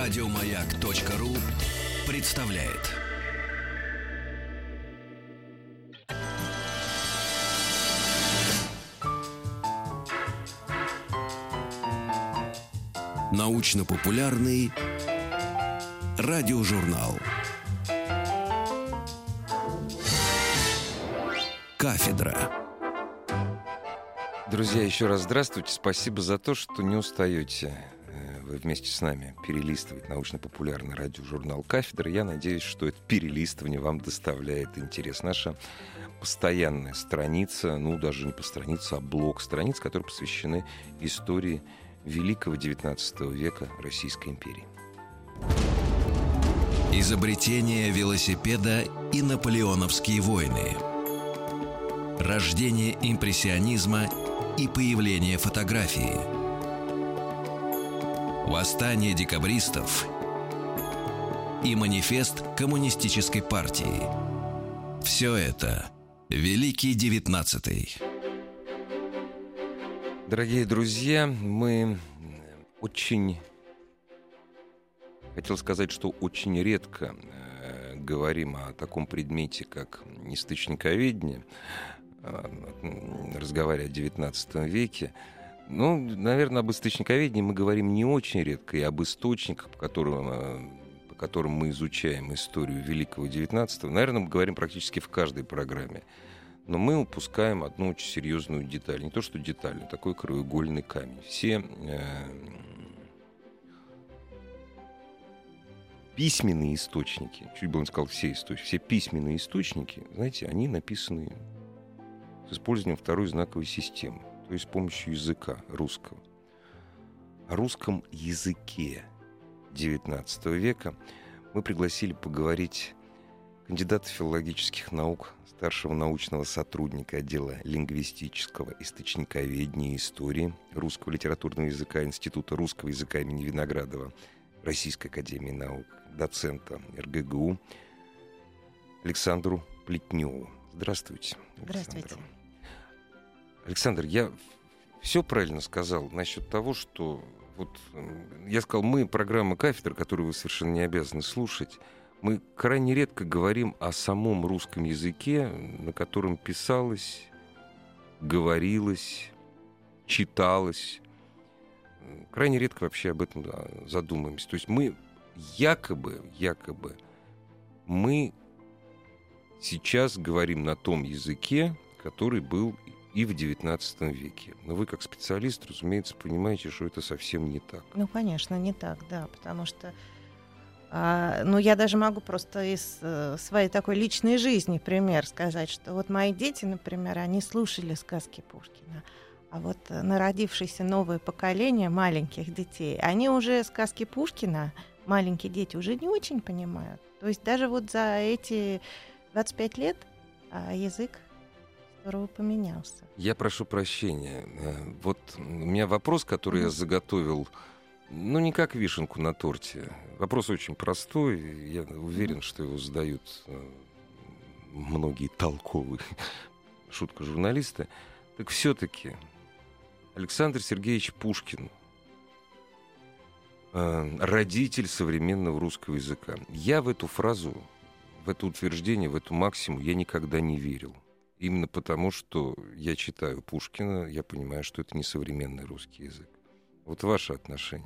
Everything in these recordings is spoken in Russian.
Радиомаяк.ру представляет. Научно-популярный радиожурнал. Кафедра. Друзья, еще раз здравствуйте. Спасибо за то, что не устаете вы вместе с нами перелистывать научно-популярный радиожурнал «Кафедра». Я надеюсь, что это перелистывание вам доставляет интерес. Наша постоянная страница, даже не по странице, а блок страниц, которые посвящены истории великого XIX века Российской империи. Изобретение велосипеда и наполеоновские войны. Рождение импрессионизма и появление фотографии. Восстание декабристов и манифест коммунистической партии. Все это Великий XIX. Дорогие друзья, мы хотел сказать, что очень редко говорим о таком предмете, как источниковедение, разговаривая о XIX веке. Наверное, об источниковедении мы говорим не очень редко, и об источниках, по которым мы изучаем историю Великого XIX, наверное, мы говорим практически в каждой программе. Но мы упускаем одну очень серьезную деталь. Не то, что деталь, но такой краеугольный камень. Все письменные источники, чуть было не сказал все источники, все письменные источники, знаете, они написаны с использованием второй знаковой системы, то есть с помощью языка русского. О русском языке XIX века мы пригласили поговорить кандидата филологических наук, старшего научного сотрудника отдела лингвистического источниковедения и истории русского литературного языка Института русского языка имени Виноградова Российской академии наук, доцента РГГУ Александру Плетневу. Здравствуйте. Здравствуйте. Александр, я все правильно сказал насчет того, что я сказал, мы, программа «Кафедра», которую вы совершенно не обязаны слушать, мы крайне редко говорим о самом русском языке, на котором писалось, говорилось, читалось. Крайне редко вообще об этом задумаемся. То есть мы якобы мы сейчас говорим на том языке, который был и в XIX веке. Но вы, как специалист, разумеется, понимаете, что это совсем не так. Конечно, не так, да, потому что я даже могу просто из своей такой личной жизни пример сказать, что мои дети, например, они слушали сказки Пушкина, а народившееся новое поколение маленьких детей, они уже сказки Пушкина, маленькие дети, уже не очень понимают. То есть даже за эти 25 лет язык здорово поменялся. Я прошу прощения. У меня вопрос, который я заготовил, не как вишенку на торте. Вопрос очень простой. Я уверен, что его задают многие толковые, шутка, журналисты. Так все-таки Александр Сергеевич Пушкин, родитель современного русского языка. Я в эту фразу, в это утверждение, в эту максиму я никогда не верил. Именно потому, что я читаю Пушкина, я понимаю, что это не современный русский язык. Ваше отношение.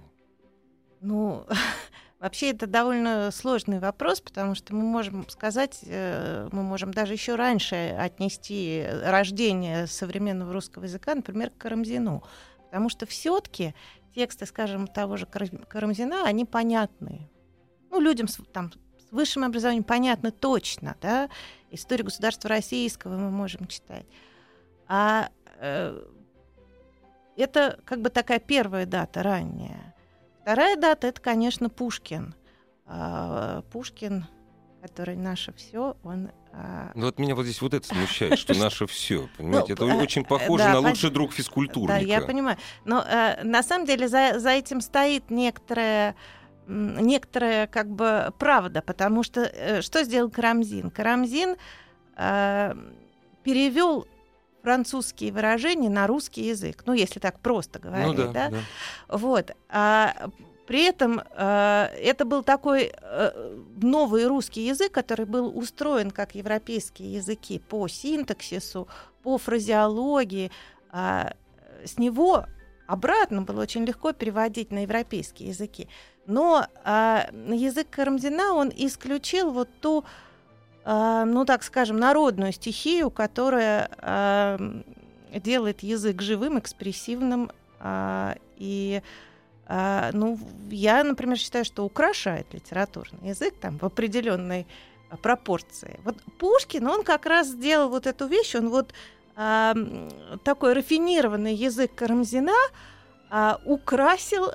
Вообще это довольно сложный вопрос, потому что мы можем сказать, мы можем даже еще раньше отнести рождение современного русского языка, например, к Карамзину. Потому что все-таки тексты, скажем, того же Карамзина, они понятны. Людям с высшим образованием понятно точно, да? Историю государства российского мы можем читать. Это такая первая дата, ранняя. Вторая дата — это, конечно, Пушкин. Пушкин, который наше все, он... Меня здесь это смущает, что наше все, понимаете? Это очень похоже на лучший друг физкультурника. Да, я понимаю. Но на самом деле за этим стоит некоторая правда, потому что что сделал Карамзин? Карамзин перевел французские выражения на русский язык. Если так просто говорить, да? При этом это был такой новый русский язык, который был устроен как европейские языки по синтаксису, по фразеологии. С него обратно было очень легко переводить на европейские языки. Но язык Карамзина, он исключил вот ту, ну так скажем, народную стихию, которая делает язык живым, экспрессивным и... Ну, я, например, считаю, что украшает литературный язык там, в определенной пропорции. Вот Пушкин, он как раз сделал вот эту вещь, он вот такой рафинированный язык Карамзина украсил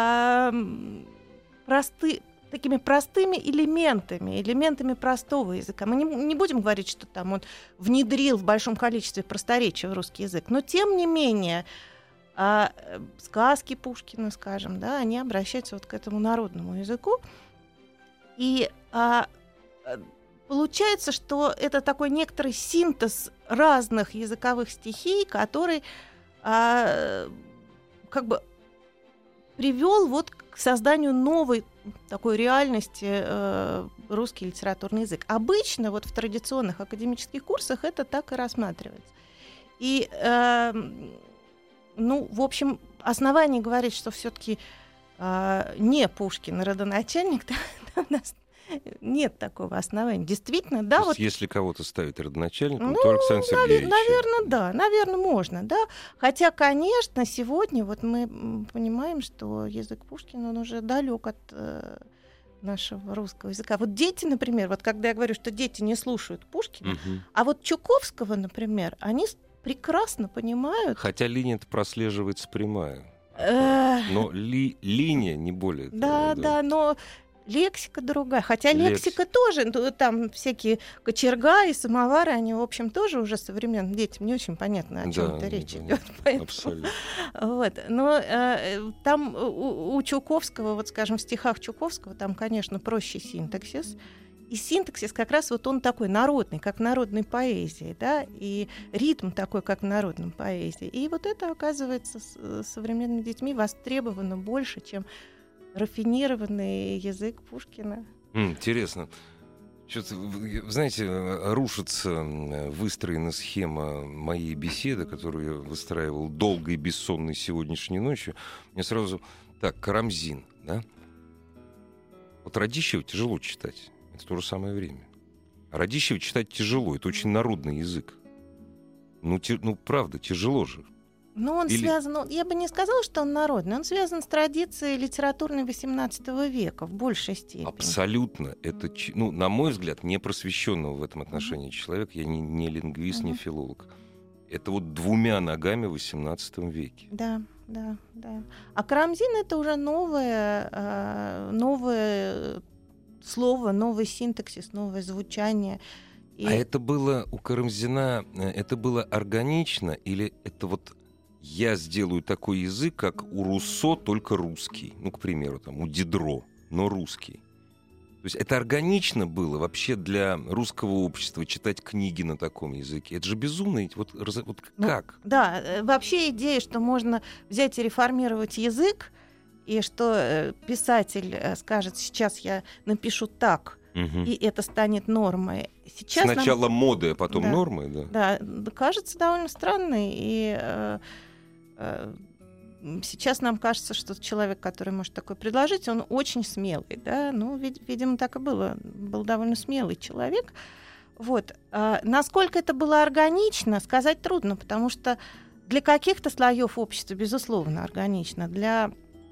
такими простыми элементами простого языка. Мы не будем говорить, что там он внедрил в большом количестве просторечия в русский язык, но тем не менее сказки Пушкина, скажем, да, они обращаются вот к этому народному языку. И получается, что это такой некоторый синтез разных языковых стихий, который как бы привел вот к созданию новой такой реальности русский литературный язык. Обычно вот в традиционных академических курсах это так и рассматривается. И ну, в общем, оснований говорить, что все-таки не Пушкин родоначальник, у нас нет такого основания. Действительно, да. То есть, вот, если кого-то ставить родоначальником, то Александр Сергеевич. Наверное, да. Наверное, можно, да. Хотя, конечно, сегодня вот мы понимаем, что язык Пушкина, он уже далек от нашего русского языка. Вот дети, например, вот когда я говорю, что дети не слушают Пушкина, а вот Чуковского, например, они прекрасно понимают. Хотя линия-то прослеживается прямая. Но линия не более. Да, но лексика другая. Хотя лексика тоже, там всякие кочерга и самовары, они, в общем, тоже уже современным детям не очень понятно, о чем это речь идет. Абсолютно. Вот. Но там у Чуковского, вот, скажем, в стихах Чуковского, там, конечно, проще синтаксис. И синтаксис как раз вот он такой народный, как в народной поэзии, да, и ритм такой, как в народной поэзии. И вот это, оказывается, с современными детьми востребовано больше, чем рафинированный язык Пушкина. Интересно. Что-то, знаете, рушится выстроена схема моей беседы, которую я выстраивал долгой бессонной сегодняшней ночью. Мне сразу... Так, Карамзин, да? Вот Радищева тяжело читать. Это то же самое время. А Радищева читать тяжело. Это очень народный язык. Ну, правда, тяжело же. Но он связан... Я бы не сказала, что он народный. Он связан с традицией литературной XVIII века в большей степени. Абсолютно. Это, на мой взгляд, не просвещенного в этом отношении человека. Я не лингвист, не филолог. Это вот двумя ногами в XVIII веке. Да. А Карамзин — это уже новое слово, новый синтаксис, новое звучание. А это было у Карамзина, это было органично, или это вот я сделаю такой язык, как у Руссо, только русский? Ну, к примеру, там, у Дидро, но русский. То есть это органично было вообще для русского общества читать книги на таком языке? Это же безумно. Вот как? Да, вообще идея, что можно взять и реформировать язык, и что писатель скажет, сейчас я напишу так, и это станет нормой. Сейчас сначала модой, а потом нормой, да? Да, кажется довольно странной. И сейчас нам кажется, что человек, который может такое предложить, он очень смелый. Да? Ну, видимо, так и было. Был довольно смелый человек. Вот. Насколько это было органично, сказать трудно, потому что для каких-то слоев общества, безусловно, органично. Для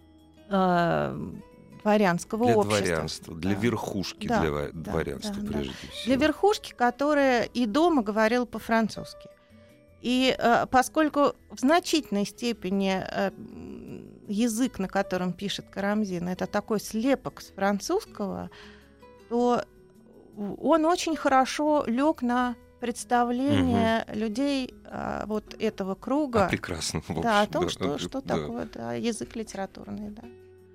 дворянского общества. Для дворянства, для верхушки дворянства, прежде всего. Для верхушки, которая и дома говорила по-французски. И поскольку в значительной степени язык, на котором пишет Карамзин, это такой слепок с французского, то он очень хорошо лег на представление людей вот этого круга. Прекрасно. Да, о том, что такое язык литературный, да.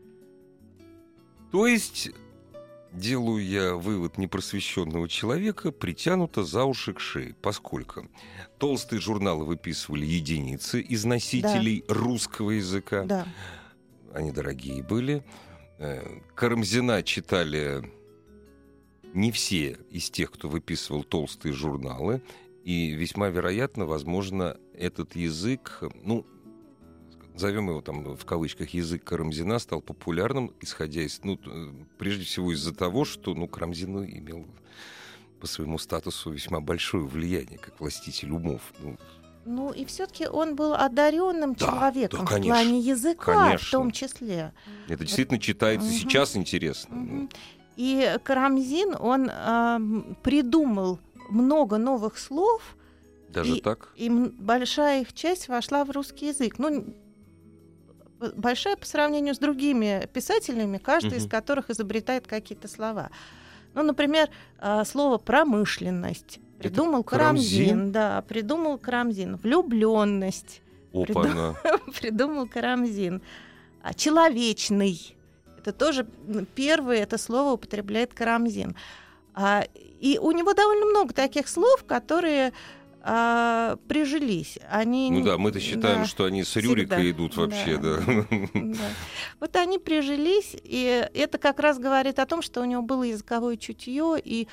То есть, делаю я вывод непросвещенного человека, притянуто за уши к шее, поскольку толстые журналы выписывали единицы из носителей русского языка. Да. Они дорогие были. Карамзина читали не все из тех, кто выписывал толстые журналы, и весьма вероятно, возможно, этот язык, ну, назовем его там в кавычках, язык Карамзина стал популярным, исходя из, ну, прежде всего из-за того, что, ну, Карамзин имел по своему статусу весьма большое влияние, как властитель умов. Ну, и все-таки он был одаренным человеком да, в плане языка, конечно. В том числе. Это действительно читается сейчас интересно. И Карамзин, он придумал много новых слов. Даже так? И большая их часть вошла в русский язык. Ну, большая по сравнению с другими писателями, каждый из которых изобретает какие-то слова. Ну, например, слово «промышленность». Придумал Карамзин, да, придумал Карамзин. Влюблённость. Придумал Карамзин. Человечный. Это тоже первое это слово употребляет Карамзин. И у него довольно много таких слов, которые прижились. Они, ну да, мы-то считаем, что они с Рюрика идут вообще, да. Вот они прижились, и это как раз говорит о том, что у него было языковое чутье, и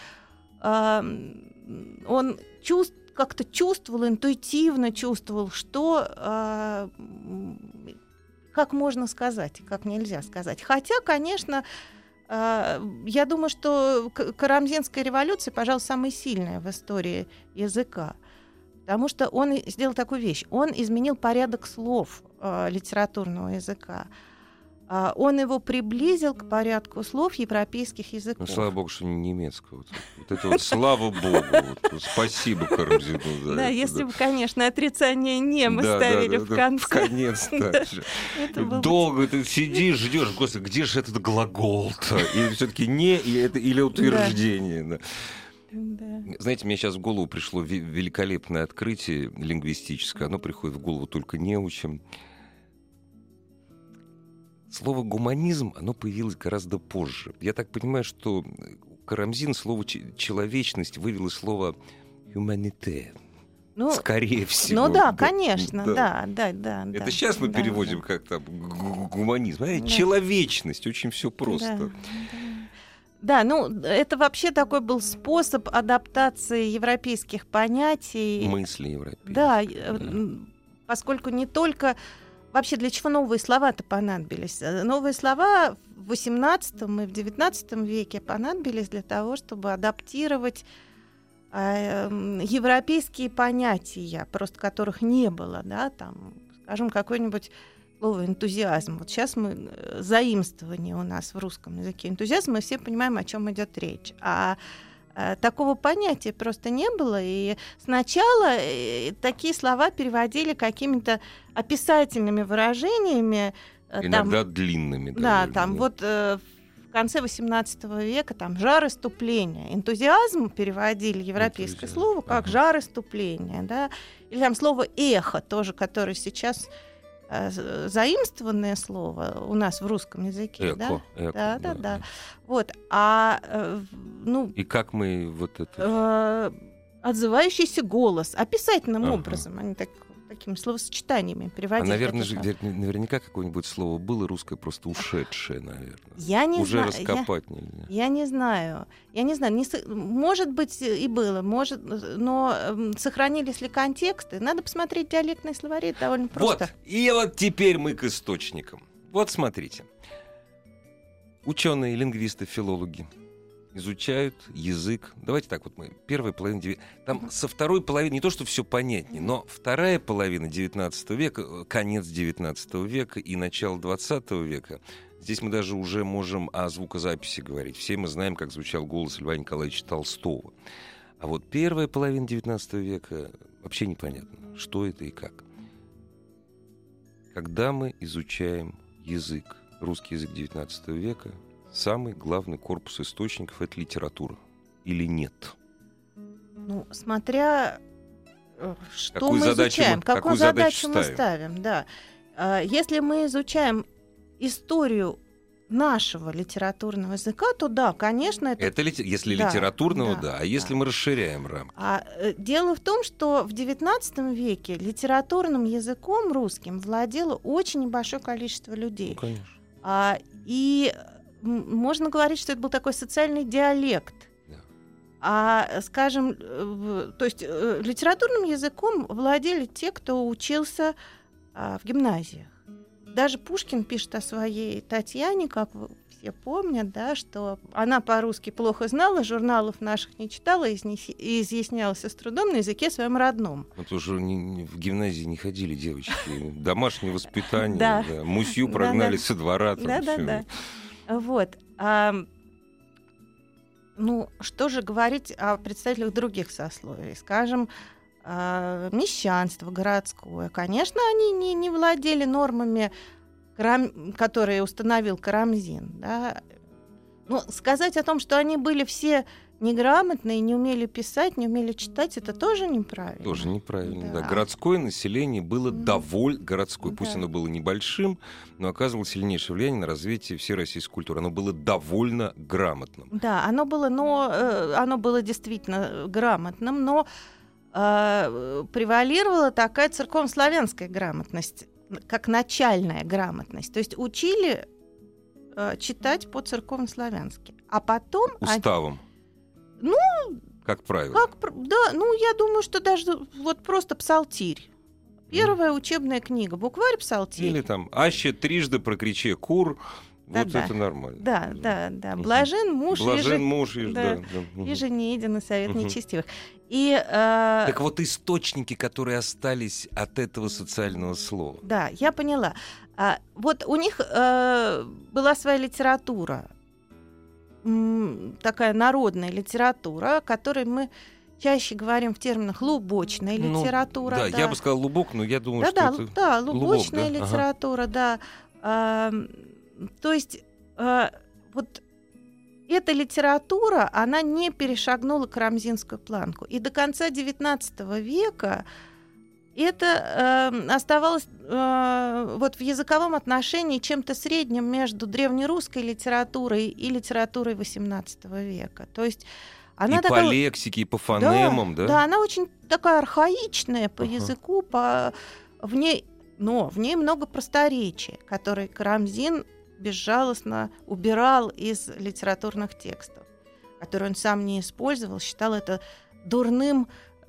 он как-то чувствовал, интуитивно чувствовал, что как можно сказать, как нельзя сказать. Хотя, конечно, я думаю, что Карамзинская революция, пожалуй, самая сильная в истории языка. Потому что он сделал такую вещь. Он изменил порядок слов литературного языка. Он его приблизил к порядку слов европейских языков. Ну, слава богу, что не немецкого. Вот это вот слава богу. Спасибо Карамзину за это. Да, если бы, конечно, отрицание «не» мы ставили в конце. В конец. Долго ты сидишь, ждешь, господи, где же этот глагол-то? И все-таки «не» или утверждение. Да. Знаете, мне сейчас в голову пришло великолепное открытие лингвистическое. Оно приходит в голову только неучим. Слово «гуманизм», оно появилось гораздо позже. Я так понимаю, что Карамзин слово «человечность» вывел из слова «humanité». Ну, скорее всего. Ну да, конечно, да. Это сейчас мы переводим как там гуманизм. Человечность, очень все просто. Да, ну это вообще такой был способ адаптации европейских понятий. Мысли европейских. Да, поскольку не только... Вообще, для чего новые слова-то понадобились? Новые слова в XVIII и в XIX веке понадобились для того, чтобы адаптировать европейские понятия, просто которых не было, да, там, скажем, какой-нибудь слово «энтузиазм». Вот сейчас мы заимствование у нас в русском языке. Энтузиазм, мы все понимаем, о чем идет речь. А такого понятия просто не было, и сначала такие слова переводили какими-то описательными выражениями. Иногда там, длинными. Да, там вот в конце XVIII века там жароступление. Энтузиазм переводили европейское слово как жароступление, да, или там слово «эхо» тоже, которое сейчас заимствованное слово у нас в русском языке. Да. Вот. И как мы вот это... Отзывающийся голос, описательным образом. Они такими словосочетаниями переводили. Наверняка какое-нибудь слово было русское, просто ушедшее, наверное. Я не Уже знаю. Раскопать нельзя. Я не знаю. Может быть, и было, но сохранились ли контексты? Надо посмотреть диалектные словари, это довольно просто. Вот, и вот теперь мы к источникам. Вот смотрите. Ученые, лингвисты, филологи изучают язык. Давайте так вот мы. Первая половина... Там со второй половины не то, что все понятнее, но вторая половина XIX века, конец XIX века и начало XX века, здесь мы даже уже можем о звукозаписи говорить. Все мы знаем, как звучал голос Льва Николаевича Толстого. А вот первая половина XIX века вообще непонятно, что это и как. Когда мы изучаем язык, русский язык XIX века, самый главный корпус источников — это литература. Или нет? Ну, смотря что мы изучаем, какую задачу мы ставим. Да. Если мы изучаем историю нашего литературного языка, то да, конечно, это... Если литературного, да. А если мы расширяем рамки? Дело в том, что в XIX веке литературным языком русским владело очень небольшое количество людей. Ну, конечно. И можно говорить, что это был такой социальный диалект. Да. А, скажем, то есть литературным языком владели те, кто учился в гимназиях. Даже Пушкин пишет о своей Татьяне, как все помнят, да, что она по-русски плохо знала, журналов наших не читала и изъяснялась с трудом на языке своем родном. Это уже в гимназии не ходили девочки. Домашнее воспитание, мусью прогнали со двора. Да. Вот. Ну, что же говорить о представителях других сословий? Скажем, мещанство городское. Конечно, они не владели нормами, которые установил Карамзин. Да? Но сказать о том, что они были все неграмотные, не умели писать, не умели читать, это тоже неправильно. Тоже неправильно, да. Городское население было довольно... Городское, пусть оно было небольшим, но оказывало сильнейшее влияние на развитие всей российской культуры. Оно было довольно грамотным. Да, оно было действительно грамотным, но превалировала такая церковнославянская грамотность, как начальная грамотность. То есть учили читать по-церковнославянски. А потом... Уставом. Ну... Как правило. Я думаю, что даже вот просто псалтирь. Первая учебная книга. Букварь, псалтирь. Или там «Аще трижды прокричи кур». Это нормально. Да. Блажен муж, еже не единый совет нечестивых. Так вот, источники, которые остались от этого социального слова. Да, я поняла. Вот у них была своя литература, такая народная литература, о которой мы чаще говорим в терминах лубочная литература. Да, я бы сказал лубок, но я думаю, что это... Да, лубочная литература, да. То есть вот эта литература, она не перешагнула карамзинскую планку. И до конца XIX века это оставалось вот в языковом отношении чем-то средним между древнерусской литературой и литературой XVIII века. То есть она по лексике, и по фонемам, да? Да, она очень такая архаичная по языку, в ней много просторечия, которые Карамзин безжалостно убирал из литературных текстов, которые он сам не использовал, считал это дурной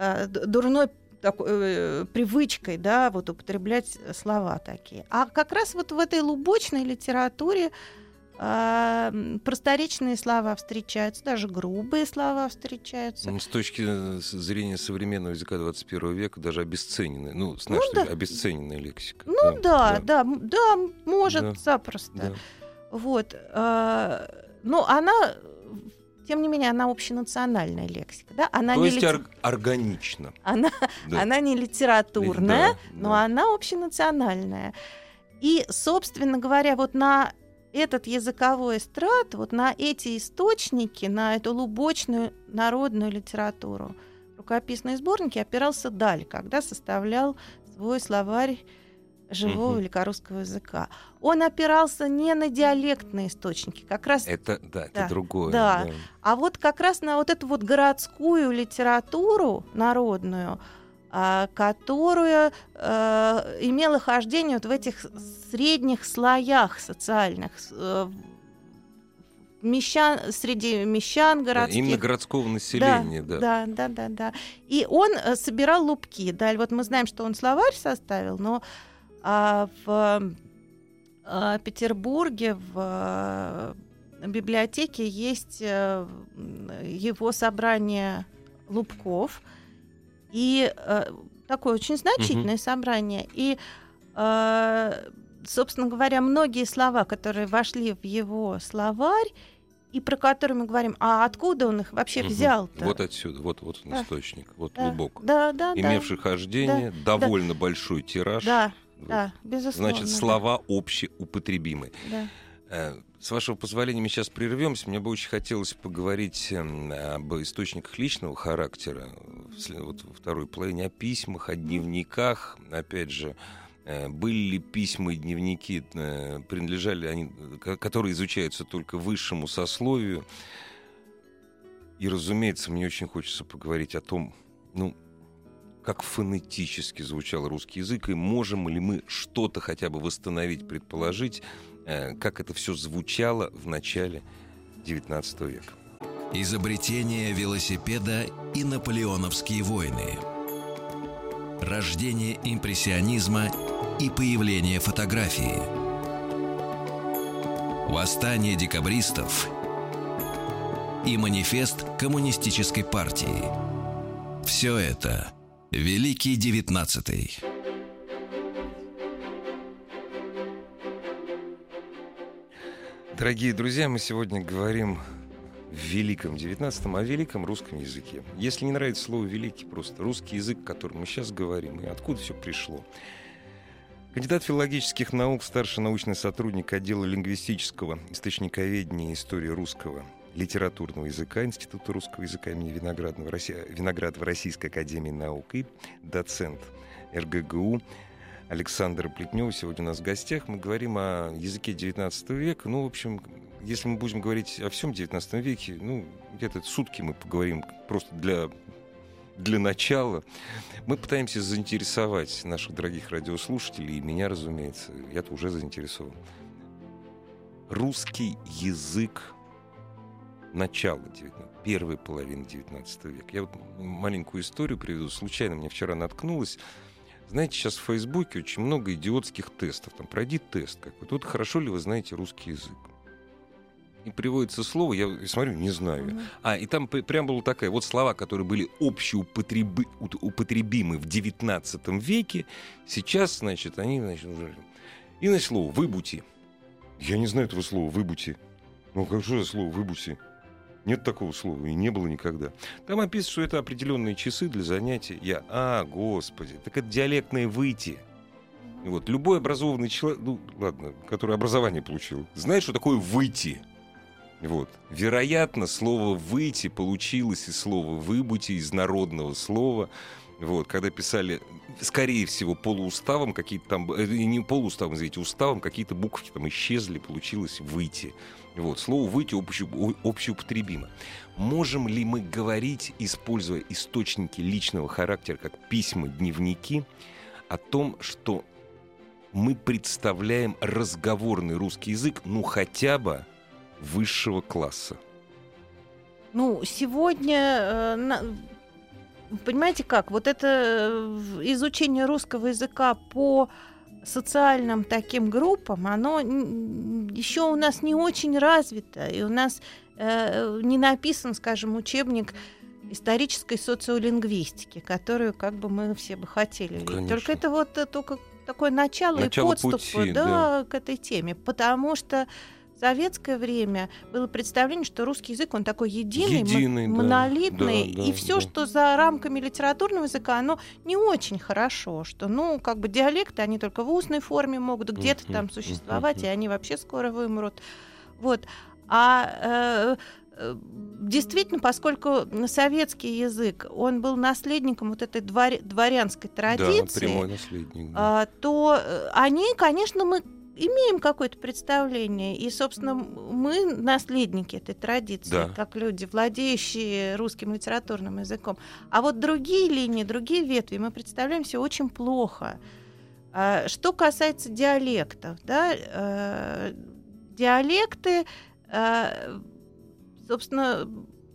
такой, привычкой, да, вот употреблять слова такие. А как раз вот в этой лубочной литературе просторечные слова встречаются, даже грубые слова встрячаются. С точки зрения современного языка 21 века даже обесцененная, обесцененная лексика. Может, запросто. Да. Вот. Но она, тем не менее, она общенациональная лексика. Да? Она то есть органична. Она не литературная, но она общенациональная. И, собственно говоря, вот на этот языковой эстрад, вот на эти источники, на эту лубочную народную литературу, рукописные сборники опирался Даль, когда составлял свой словарь живого великорусского языка. Он опирался не на диалектные источники, как раз... Это другое. Да. А вот как раз на вот эту вот городскую литературу народную, которая имела хождение вот в этих средних слоях социальных, среди мещан городских. Именно городского населения, Да. И он собирал лубки. Да, вот мы знаем, что он словарь составил, но в Петербурге в библиотеке есть его собрание лубков. И такое очень значительное собрание. И, собственно говоря, многие слова, которые вошли в его словарь, и про которые мы говорим, а откуда он их вообще взял-то? Вот отсюда, вот он источник, лубок. Имевший хождение, довольно большой тираж. Да, безусловно. Значит, слова общеупотребимы. Да. С вашего позволения мы сейчас прервемся. Мне бы очень хотелось поговорить об источниках личного характера, вот во второй половине, о письмах, о дневниках. Опять же, были ли письма и дневники, принадлежали они, которые изучаются только высшему сословию. И, разумеется, мне очень хочется поговорить о том, как фонетически звучал русский язык, и можем ли мы что-то хотя бы восстановить, предположить как это все звучало в начале XIX века. Изобретение велосипеда и наполеоновские войны. Рождение импрессионизма и появление фотографии. Восстание декабристов и манифест коммунистической партии. Все это Великий 19-й. Дорогие друзья, мы сегодня говорим в Великом 19-м, о великом русском языке. Если не нравится слово «великий», просто русский язык, о котором мы сейчас говорим, и откуда все пришло. Кандидат филологических наук, старший научный сотрудник отдела лингвистического, источниковедения и истории русского литературного языка Института русского языка имени Виноградова Российской академии наук и доцент РГГУ Александр Плетнев сегодня у нас в гостях. Мы говорим о языке XIX века. Ну, в общем, если мы будем говорить о всем XIX веке, где-то сутки мы поговорим просто для начала. Мы пытаемся заинтересовать наших дорогих радиослушателей, и меня, разумеется, я-то уже заинтересован. Русский язык начала первой половины XIX века. Я вот маленькую историю приведу. Случайно мне вчера наткнулась. Знаете, сейчас в Фейсбуке очень много идиотских тестов. Там пройди тест какой-то. Вот хорошо ли вы знаете русский язык? И приводится слово, я смотрю, не знаю. И там прям была такая, вот слова, которые были общеупотребимы в XIX веке, сейчас, значит, они, уже... И на слово «выбути». Я не знаю этого слова «выбути». Как что за слово «выбути»? Нет такого слова, и не было никогда. Там описано, что это определенные часы для занятия. Господи, так это диалектное «выйти». И вот любой образованный человек, который образование получил, знает, что такое «выйти». Вот. Вероятно, слово «выйти» получилось из слова «выбути», из народного слова. Вот. Когда писали, скорее всего, полууставом, какие-то там, не полууставом, извините, уставом, какие-то буковки там исчезли, получилось «выйти». Вот. Слово «выйти» общеупотребимо. Можем ли мы говорить, используя источники личного характера, как письма, дневники, о том, что мы представляем разговорный русский язык, хотя бы высшего класса? Сегодня, понимаете как, вот это изучение русского языка по социальным таким группам, оно еще у нас не очень развито, и у нас не написан, скажем, учебник исторической социолингвистики, которую мы все бы хотели. Только это только такое начало и подступ пути, к этой теме, потому что в советское время было представление, что русский язык, он такой единый монолитный, и все, что за рамками литературного языка, оно не очень хорошо, что, диалекты, они только в устной форме могут где-то там существовать, и они вообще скоро вымрут. Вот. Действительно, поскольку советский язык, он был наследником вот этой дворянской традиции, прямой наследник, то они, конечно, мы имеем какое-то представление, и, собственно, мы наследники этой традиции, как люди, владеющие русским литературным языком. А вот другие линии, другие ветви мы представляем себе очень плохо. Что касается диалектов, диалекты, собственно,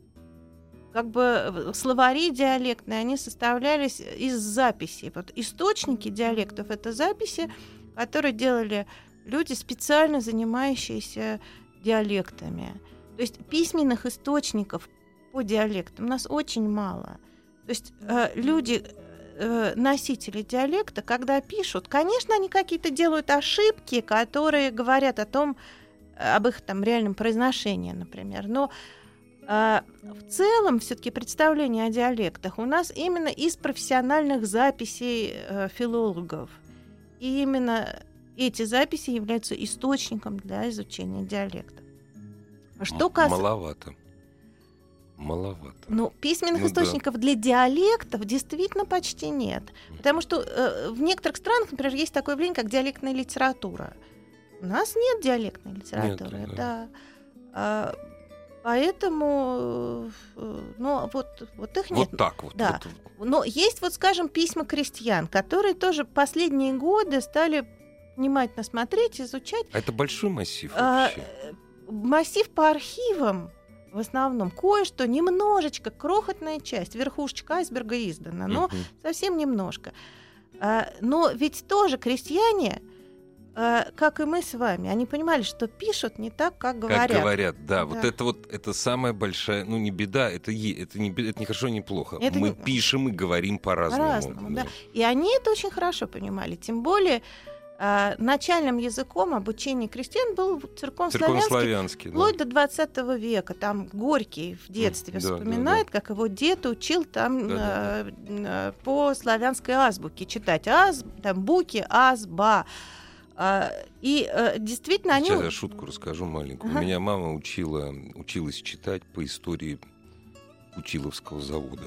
словари диалектные, они составлялись из записей. Вот источники диалектов — это записи, которые делали люди, специально занимающиеся диалектами. То есть письменных источников по диалектам у нас очень мало. То есть люди, носители диалекта, когда пишут, конечно, они какие-то делают ошибки, которые говорят об их реальном произношении, например. Но в целом все-таки представление о диалектах у нас именно из профессиональных записей филологов. И именно эти записи являются источником для изучения диалектов. Маловато. Письменных источников для диалектов действительно почти нет. Потому что в некоторых странах, например, есть такое явление, как диалектная литература. У нас нет диалектной литературы. Нет, поэтому их нет. Вот так вот. Да. Но есть, скажем, письма крестьян, которые тоже последние годы стали внимательно смотреть, изучать. А это большой массив вообще? Массив по архивам в основном. Кое-что, немножечко, крохотная часть, верхушечка айсберга издана, но совсем немножко. Но ведь тоже крестьяне, как и мы с вами, они понимали, что пишут не так, как говорят. Как говорят, да. Вот это самая большая, ну не беда, это не хорошо, не плохо. Мы пишем и говорим по-разному. По-разному, да. И они это очень хорошо понимали. Тем более начальным языком обучения крестьян был церковнославянский, вплоть до 20 века. Там Горький в детстве вспоминает, как его дед учил там по славянской азбуке читать. Там буки, ба. И действительно они... Сейчас я шутку расскажу маленькую. Меня мама училась читать по истории Путиловского завода.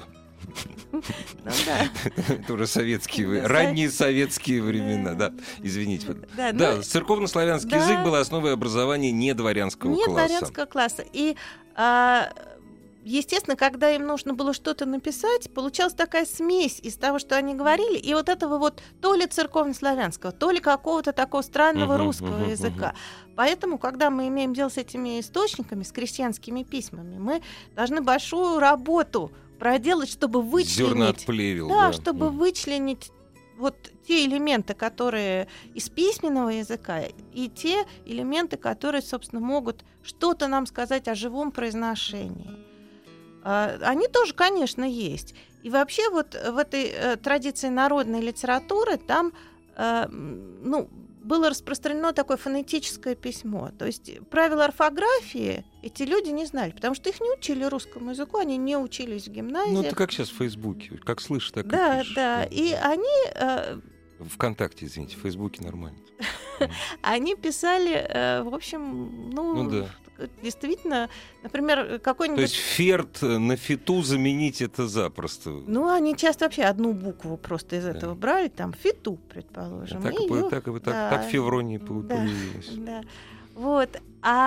Это уже ранние советские времена, да. Извините. Да, церковнославянский язык был основой образования недворянского класса. И естественно, когда им нужно было что-то написать, получалась такая смесь из того, что они говорили, и вот этого вот то ли церковнославянского, то ли какого-то такого странного русского языка. Поэтому, когда мы имеем дело с этими источниками, с крестьянскими письмами, мы должны большую работу проделать, чтобы вычленить... Зерна от плевел, чтобы вычленить вот те элементы, которые из письменного языка, и те элементы, которые, собственно, могут что-то нам сказать о живом произношении. Они тоже, конечно, есть. И вообще вот в этой традиции народной литературы там было распространено такое фонетическое письмо. То есть правила орфографии эти люди не знали, потому что их не учили русскому языку, они не учились в гимназии. Ну, это как сейчас в Фейсбуке. Как слышишь, так и пишешь. Да. И они... ВКонтакте, извините, в Фейсбуке нормально. Они писали, в общем, действительно, например, какой-нибудь... То есть ферт на фиту заменить это запросто. Ну, они часто вообще одну букву просто из этого брали, там, фиту, предположим. Так Февронии появилось. Да. Вот.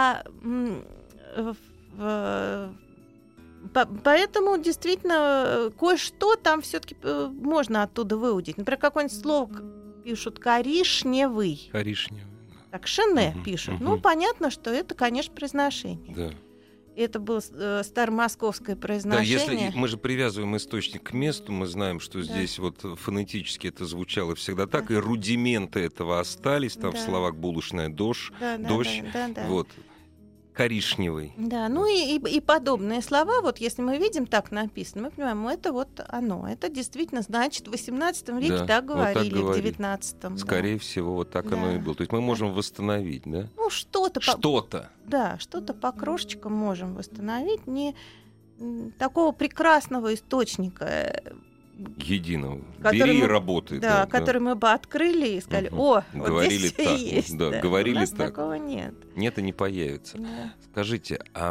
Поэтому действительно кое-что там все-таки можно оттуда выудить. Например, какое-нибудь слово пишут коричневый. Так шене пишут. Ну, понятно, что это, конечно, произношение. Да. Это было старомосковское произношение. Да, если мы же привязываем источник к месту, мы знаем, что здесь вот фонетически это звучало всегда так, и рудименты этого остались, там в словах булочная дождь, вот. Коричневый. Да, ну и подобные слова, вот если мы видим так написано, мы понимаем, это вот оно. Это действительно значит, в XVIII веке так говорили, в XIX. Скорее всего, вот так оно и было. То есть мы можем восстановить, да? Ну, что-то. Да, что-то по крошечкам можем восстановить. Не такого прекрасного источника... единого. Бери и работай. Да, который мы бы открыли и сказали, вот говорили здесь все есть. Да, говорили у нас так. Такого нет. Нет и не появится. Да. Скажите, а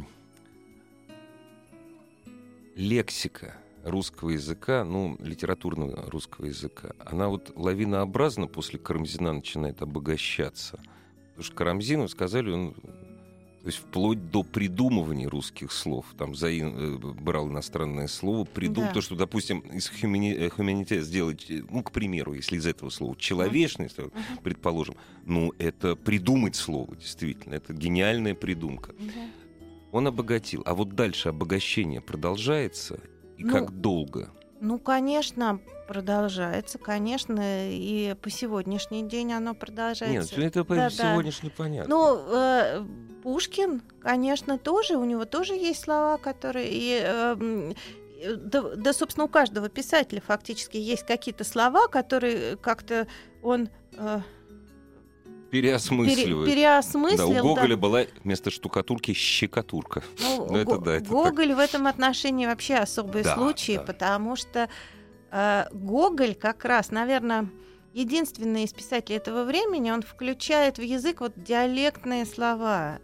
лексика русского языка, литературного русского языка, она вот лавинообразно после Карамзина начинает обогащаться? Потому что Карамзину сказали, он... То есть вплоть до придумывания русских слов. Там брал иностранное слово, придумал то, что, допустим, из humanité сделать, к примеру, если из этого слова человечность, предположим, это придумать слово, действительно, это гениальная придумка. Он обогатил. А вот дальше обогащение продолжается, и как долго? Ну, конечно, продолжается, конечно, и по сегодняшний день оно продолжается. Нет, это по сегодняшний понятно. Ну, Пушкин, конечно, тоже, у него тоже есть слова, которые... Да, собственно, у каждого писателя фактически есть какие-то слова, которые как-то он... переосмысливает. Да, у Гоголя была вместо штукатурки щекотурка. Гоголь в этом отношении вообще особый случай, потому что Гоголь как раз, наверное, единственный из писателей этого времени, он включает в язык вот диалектные слова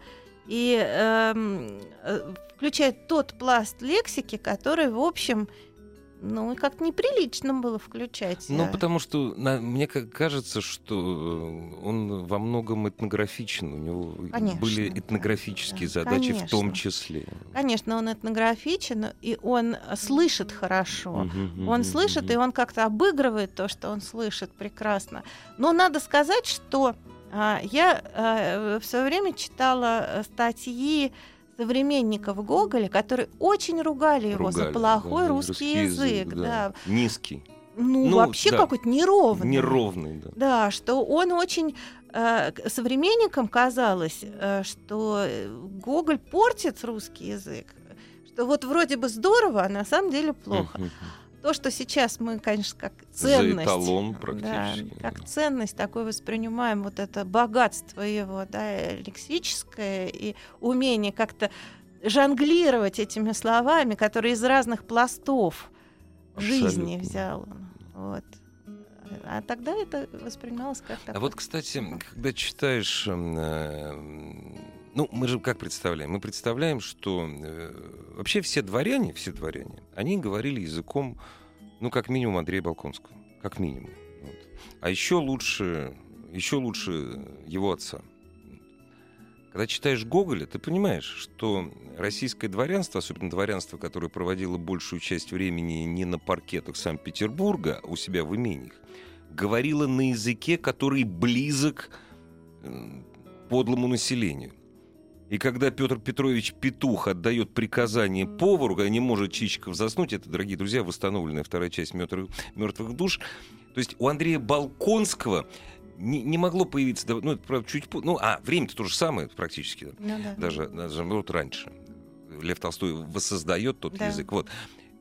и включает тот пласт лексики, который, в общем, Ну, и как-то неприлично было включать. Ну, потому что мне кажется, что он во многом этнографичен. У него Конечно, были этнографические задачи в том числе. Конечно, он этнографичен, и он слышит хорошо. Он слышит, и он как-то обыгрывает то, что он слышит прекрасно. Но надо сказать, что я в свое время читала статьи современников Гоголя, которые очень ругали его за плохой русский язык. Да. Низкий. Ну, вообще какой-то неровный. Неровный, да. Да, что он очень... современникам казалось, что Гоголь портит русский язык. Что вот вроде бы здорово, а на самом деле плохо. То, что сейчас мы, конечно, как ценность... За эталон практически. Да, как ценность такой воспринимаем вот это богатство его, да, лексическое, и умение как-то жонглировать этими словами, которые из разных пластов жизни взял. Вот. А тогда это воспринималось как такое. А вот, кстати, когда читаешь... Ну, мы же как представляем? Мы представляем, что вообще все дворяне, они говорили языком, ну, как минимум, Андрея Болконского. Как минимум. Вот. А еще лучше его отца. Когда читаешь Гоголя, ты понимаешь, что российское дворянство, особенно дворянство, которое проводило большую часть времени не на паркетах Санкт-Петербурга, а у себя в имениях, говорило на языке, который близок подлому населению. И когда Петр Петрович Петух отдает приказание повару, когда не может Чичиков заснуть, это, дорогие друзья, восстановленная вторая часть «Мертвых душ», то есть у Андрея Болконского не могло появиться, ну, это, правда, чуть позже, время-то то же самое практически, даже наоборот, раньше. Лев Толстой воссоздает тот язык. Вот.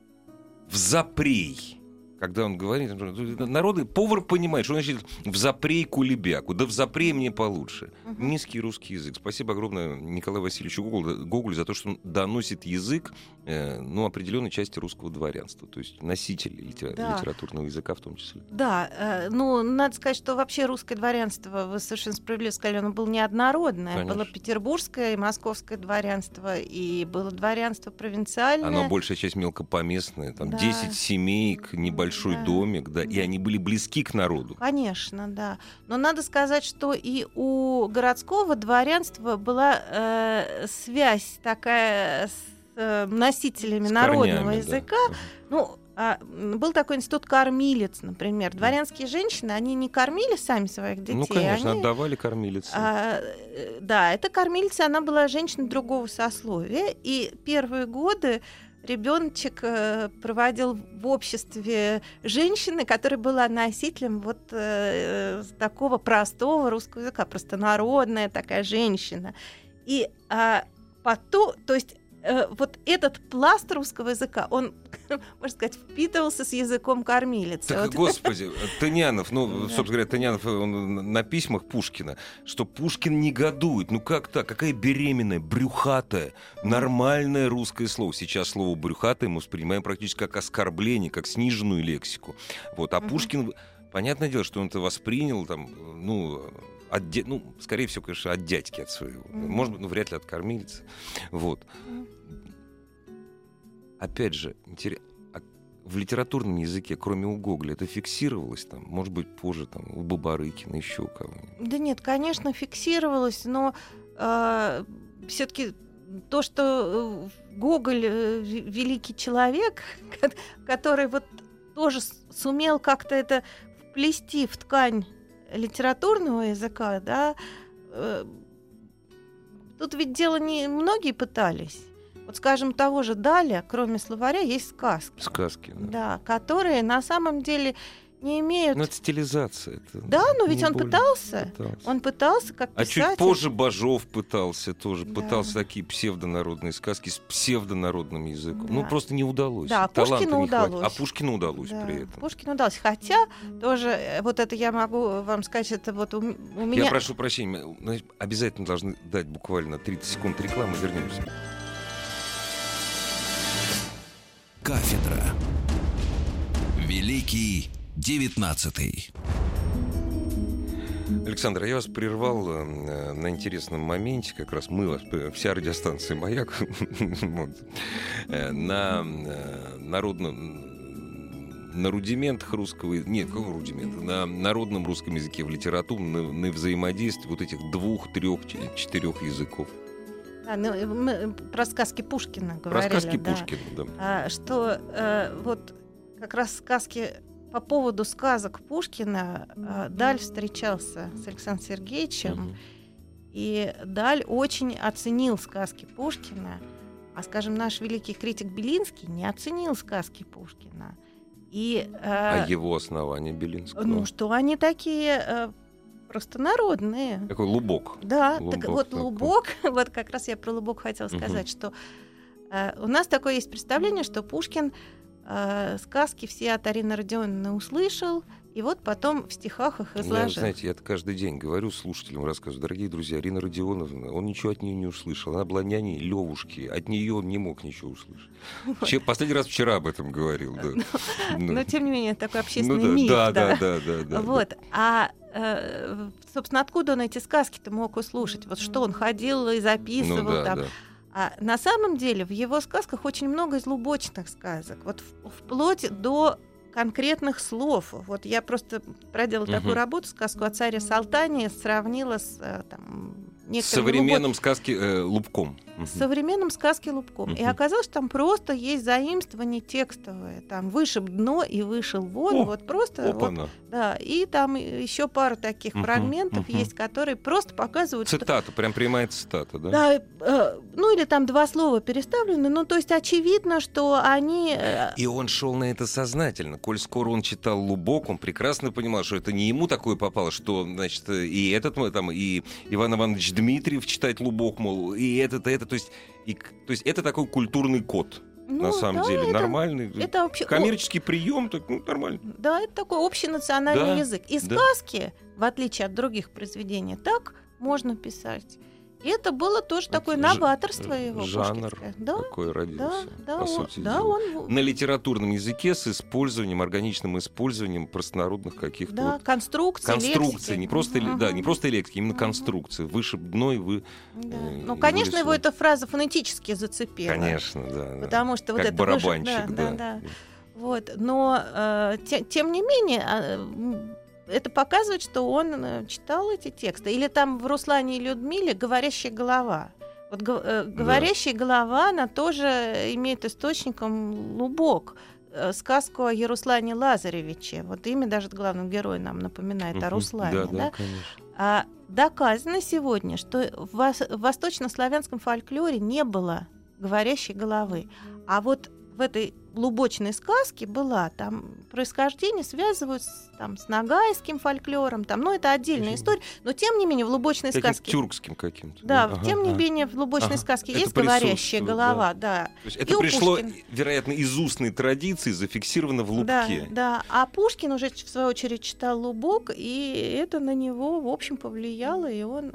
«Взапрей». Когда он говорит, народы, повар понимает, что он значит «взапрей кулебяку», да «взапрей мне получше». Низкий русский язык. Спасибо огромное Николаю Васильевичу Гоголю за то, что он доносит язык определенной части русского дворянства, то есть носителей литературного языка в том числе. Да, надо сказать, что вообще русское дворянство, вы совершенно справедливо сказали, оно было неоднородное. Конечно. Было петербургское и московское дворянство, и было дворянство провинциальное. Оно большая часть мелкопоместная, там 10 семейк, небольшой домик, да, и они были близки к народу. Конечно, да. Но надо сказать, что и у городского дворянства была связь такая с носителями народного языка. Да. Был такой институт кормилец, например. Дворянские женщины, они не кормили сами своих детей. Ну, конечно, отдавали кормилице. Да, эта кормилица, она была женщина другого сословия. И первые годы ребеночек проводил в обществе женщины, которая была носителем вот такого простого русского языка, простонародная такая женщина. И потом, то есть вот этот пласт русского языка, он, можно сказать, впитывался с языком кормилицы. Так, вот. Господи, Тынянов, собственно говоря, Тынянов он на письмах Пушкина, что Пушкин негодует. Ну как так? Какая беременная, брюхатая, нормальное русское слово. Сейчас слово брюхатое мы воспринимаем практически как оскорбление, как сниженную лексику. Вот. А Пушкин, понятное дело, что он это воспринял там, скорее всего, конечно, от дядьки, от своего. Может быть, вряд ли от кормилицы. Вот. Опять же, в литературном языке, кроме у Гоголя, это фиксировалось там, может быть, позже там, у Бабарыкина, еще у кого-нибудь? Да нет, конечно, фиксировалось, но все-таки то, что Гоголь великий человек, который вот тоже сумел как-то это вплести в ткань литературного языка, да, тут ведь дело не многие пытались. Вот, скажем, того же Даля, кроме словаря, есть сказки. Сказки, да. Да, которые на самом деле не имеют... Ну, это стилизация. Это да, но ведь он пытался. Он пытался как писатель. А чуть позже Бажов пытался тоже. Да. Пытался такие псевдонародные сказки с псевдонародным языком. Да. Ну, просто не удалось. Да, Пушкину удалось. А Пушкину удалось при этом. Пушкину удалось. Хотя тоже, вот это я могу вам сказать, это вот у меня... Я прошу прощения, обязательно должны дать буквально 30 секунд рекламы, вернемся. Кафедра. Великий 19-й. Александр, я вас прервал на интересном моменте, как раз мы вас, вся радиостанция «Маяк», на на рудиментах русского... Нет, какого рудимента? На народном русском языке, в литературном, на взаимодействии вот этих 2, 3, 4 языков. Мы про сказки Пушкина говорили. Про сказки да. Пушкина, да. Что вот как раз сказки по поводу сказок Пушкина Даль встречался с Александром Сергеевичем, и Даль очень оценил сказки Пушкина, а, скажем, наш великий критик Белинский не оценил сказки Пушкина. А его основания Белинского? Ну, что они такие... просто народные. Такой лубок. Да, лубок так вот такой. лубок, вот как раз я про лубок хотела сказать, что у нас такое есть представление, что Пушкин сказки все от Арины Родионовны услышал, и вот потом в стихах их изложил. Знаете, я это каждый день говорю слушателям, рассказываю. Дорогие друзья, Арина Родионовна, он ничего от нее не услышал. Она была няней Левушки, от нее он не мог ничего услышать. Последний раз вчера об этом говорил. Но, тем не менее, такой общественный миф. Да. Вот. Собственно, откуда он эти сказки-то мог услышать? Вот что он ходил и записывал там. А на самом деле в его сказках очень много излубочных сказок, вот вплоть до конкретных слов. Вот я просто проделала такую работу, сказку о царе Салтане сравнила с современным сказки Лубком. С современным сказки Лубком. И оказалось, что там просто есть заимствование текстовое. Там вышиб дно и вышел вон. Вот просто. Вот, да. И там еще пару таких фрагментов есть, которые просто показывают. Цитата, прям прямая цитата, да? Да. Ну или там 2 слова переставлены. Ну, то есть очевидно, что они. И он шел на это сознательно. Коль скоро он читал Лубок, он прекрасно понимал, что это не ему такое попало, что, значит, и этот там, и Иван Иванович Дмитриев читает Лубок, мол, и этот. То есть это такой культурный код, на самом деле, это, нормальный. Это коммерческий прием, так, нормально. Да, это такой общенациональный язык. И сказки, в отличие от других произведений, так можно писать. И это было тоже такое новаторство его. Жанр такой родился, по сути дела. Он... На литературном языке с использованием, органичным использованием простонародных каких-то... Да, конструкций, лексики. Не просто лексики, именно конструкции. Вышиб дно и вы... Да. Ну, конечно, его эта фраза фонетически зацепила. Конечно, да. Потому что вот как это барабанщик, да. Вот. Но, тем не менее... Это показывает, что он читал эти тексты. Или там в «Руслане и Людмиле» «Говорящая голова». Вот «Говорящая голова», она тоже имеет источником Лубок. Сказку о Яруслане Лазаревиче. Вот имя даже главного героя нам напоминает о Руслане. Да, конечно. А доказано сегодня, что в восточнославянском фольклоре не было говорящей головы. А вот в этой лубочной сказке была, там происхождение связывают с ногайским фольклором, там, ну, это отдельная история, но тем не менее в лубочной сказке... тюркским каким-то. Да, тем не менее в лубочной сказке есть говорящая голова, да. То есть это пришло, вероятно, из устной традиции, зафиксировано в Лубке. Да, а Пушкин уже, в свою очередь, читал Лубок, и это на него, в общем, повлияло, и он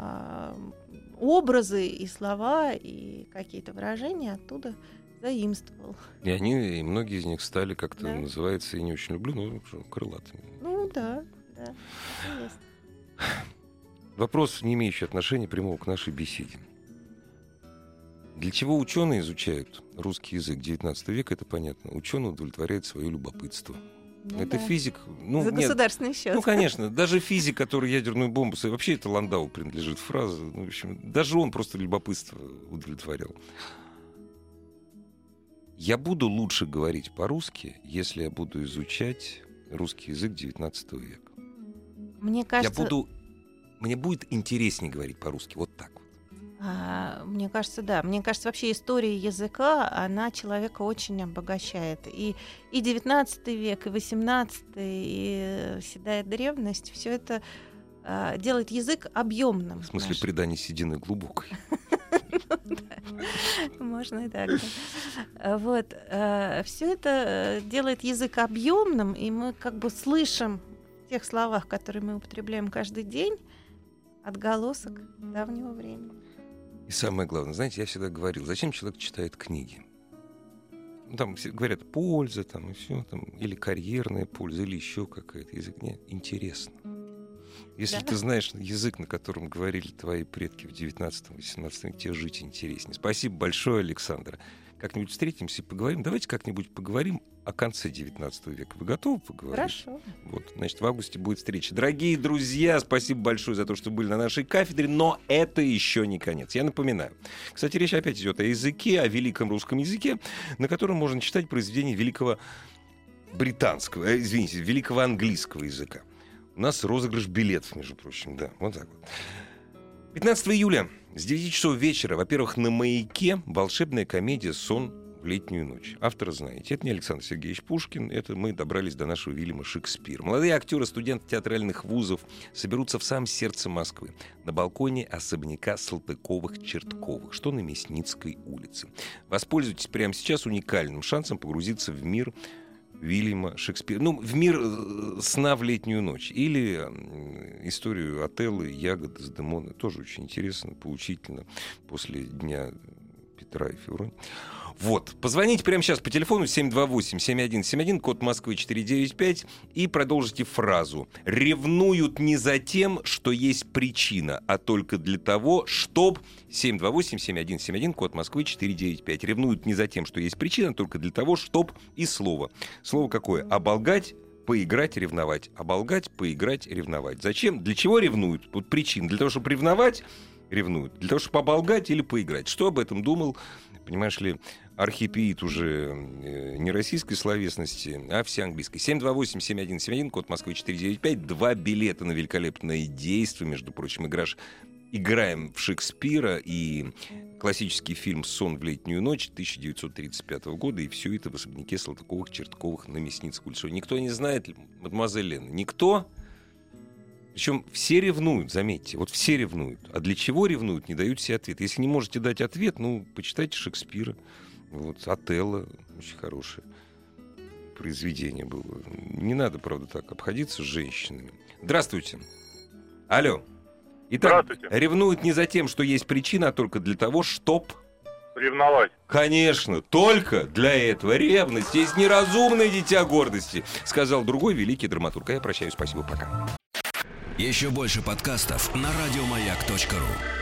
образы и слова, и какие-то выражения оттуда заимствовал. И многие из них стали, как-то называется, я не очень люблю, но крылатыми. Ну да. Есть. Вопрос, не имеющий отношения прямого к нашей беседе. Для чего ученые изучают русский язык XIX века, это понятно. Ученый удовлетворяет свое любопытство. Это физик. За государственный счет. Ну, конечно. Даже физик, который ядерную бомбу... Вообще это Ландау принадлежит фраза. Ну, в общем, даже он просто любопытство удовлетворял. Я буду лучше говорить по-русски, если я буду изучать русский язык XIX века. Мне кажется... Мне будет интереснее говорить по-русски. Вот так вот. Мне кажется, да. Мне кажется, вообще история языка, она человека очень обогащает. И XIX век, и XVIII, и седая древность, все это делает язык объемным. В смысле, придание седины глубокой. Можно и так. Вот. Все это делает язык объемным, и мы как бы слышим в тех словах, которые мы употребляем каждый день, отголосок давнего времени. И самое главное, знаете, я всегда говорил, зачем человек читает книги? Там говорят, польза, там, и все, там, или карьерная польза, или еще какая-то язык. Нет, интересно. Если ты знаешь язык, на котором говорили твои предки в 19-18 веке, тебе жить интереснее. Спасибо большое, Александра. как-нибудь встретимся и поговорим. Давайте как-нибудь поговорим о конце 19 века. Вы готовы поговорить? Хорошо. Вот, значит, в августе будет встреча. Дорогие друзья, спасибо большое за то, что были на нашей кафедре, но это еще не конец. Я напоминаю. Кстати, речь опять идет о языке, о великом русском языке, на котором можно читать произведения великого великого английского языка. У нас розыгрыш билетов, между прочим, да, вот так вот. 15 июля с 9 часов вечера, во-первых, на «Маяке» волшебная комедия «Сон в летнюю ночь». Автора знаете. Это не Александр Сергеевич Пушкин, это мы добрались до нашего Вильяма Шекспира. Молодые актеры, студенты театральных вузов соберутся в самом сердце Москвы, на балконе особняка Салтыковых-Чертковых, что на Мясницкой улице. Воспользуйтесь прямо сейчас уникальным шансом погрузиться в мир Вильяма Шекспира. Ну, в мир сна в летнюю ночь. Или историю Отелло, Ягоды, Дездемоны. Тоже очень интересно, поучительно после Дня Петра и Февронии. Вот. Позвоните прямо сейчас по телефону 728-7171, код Москвы 495, и продолжите фразу. Ревнуют не за тем, что есть причина, а только для того, чтоб... 728-7171, код Москвы 495. Ревнуют не за тем, что есть причина, а только для того, чтоб... И слово. Слово какое? Оболгать, поиграть, ревновать. Оболгать, поиграть, ревновать. Зачем? Для чего ревнуют? Вот причина. Для того, чтобы ревновать, ревнуют. Для того, чтобы оболгать или поиграть. Что об этом думал, понимаешь ли, архипиид уже не российской словесности, а всеанглийской. 728-7171, код Москвы 495. 2 билета на великолепное действие, между прочим, играем в Шекспира и классический фильм «Сон в летнюю ночь» 1935 года, и все это в особняке Салтыковых-Чертковых на Мясницкой улице. Никто не знает, мадемуазель Лена? Никто? Причем все ревнуют, заметьте, вот все ревнуют. А для чего ревнуют, не дают себе ответ. Если не можете дать ответ, ну, почитайте Шекспира. Вот, Отелло, очень хорошее произведение было. Не надо, правда, так обходиться с женщинами. Здравствуйте. Алло. Итак, ревнуют не за тем, что есть причина, а только для того, чтоб... Ревновать. Конечно, только для этого. Ревность есть неразумное дитя гордости, сказал другой великий драматург. А я прощаюсь, спасибо, пока. Еще больше подкастов на радиомаяк.ру.